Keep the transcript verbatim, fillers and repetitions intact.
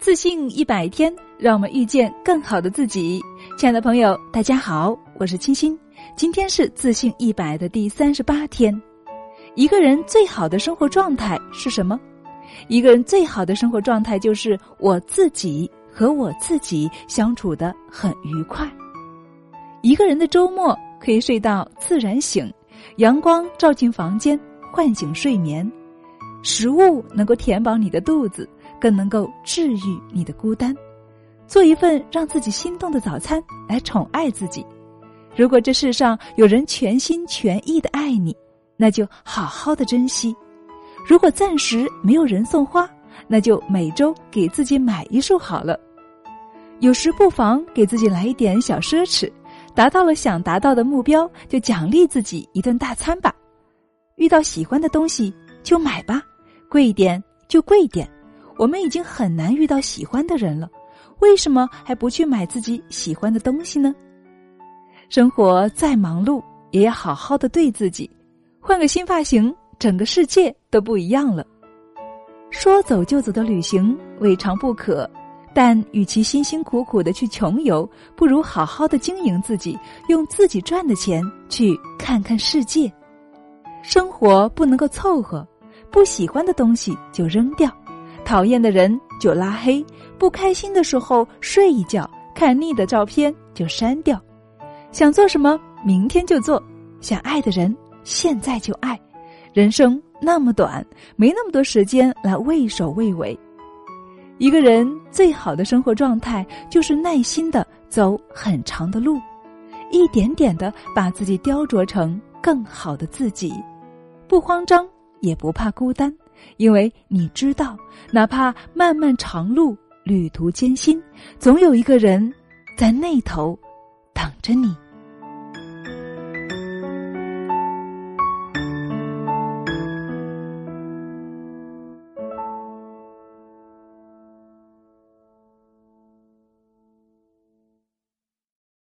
自信一百天，让我们遇见更好的自己。亲爱的朋友，大家好，我是清新。今天是自信一百的第三十八天。一个人最好的生活状态是什么？一个人最好的生活状态就是我自己和我自己相处得很愉快。一个人的周末可以睡到自然醒，阳光照进房间，唤醒睡眠。食物能够填饱你的肚子，更能够治愈你的孤单。做一份让自己心动的早餐来宠爱自己。如果这世上有人全心全意地爱你，那就好好的珍惜。如果暂时没有人送花，那就每周给自己买一束好了。有时不妨给自己来一点小奢侈，达到了想达到的目标，就奖励自己一顿大餐吧。遇到喜欢的东西就买吧，贵一点就贵一点。我们已经很难遇到喜欢的人了，为什么还不去买自己喜欢的东西呢？生活再忙碌，也要好好的对自己。换个新发型，整个世界都不一样了。说走就走的旅行未尝不可，但与其辛辛苦苦的去穷游，不如好好的经营自己，用自己赚的钱去看看世界。生活不能够凑合，不喜欢的东西就扔掉，讨厌的人就拉黑，不开心的时候睡一觉，看腻的照片就删掉。想做什么明天就做，想爱的人现在就爱。人生那么短，没那么多时间来畏首畏尾。一个人最好的生活状态就是耐心的走很长的路，一点点的把自己雕琢成更好的自己，不慌张也不怕孤单，因为你知道，哪怕漫漫长路，旅途艰辛，总有一个人在那头等着你。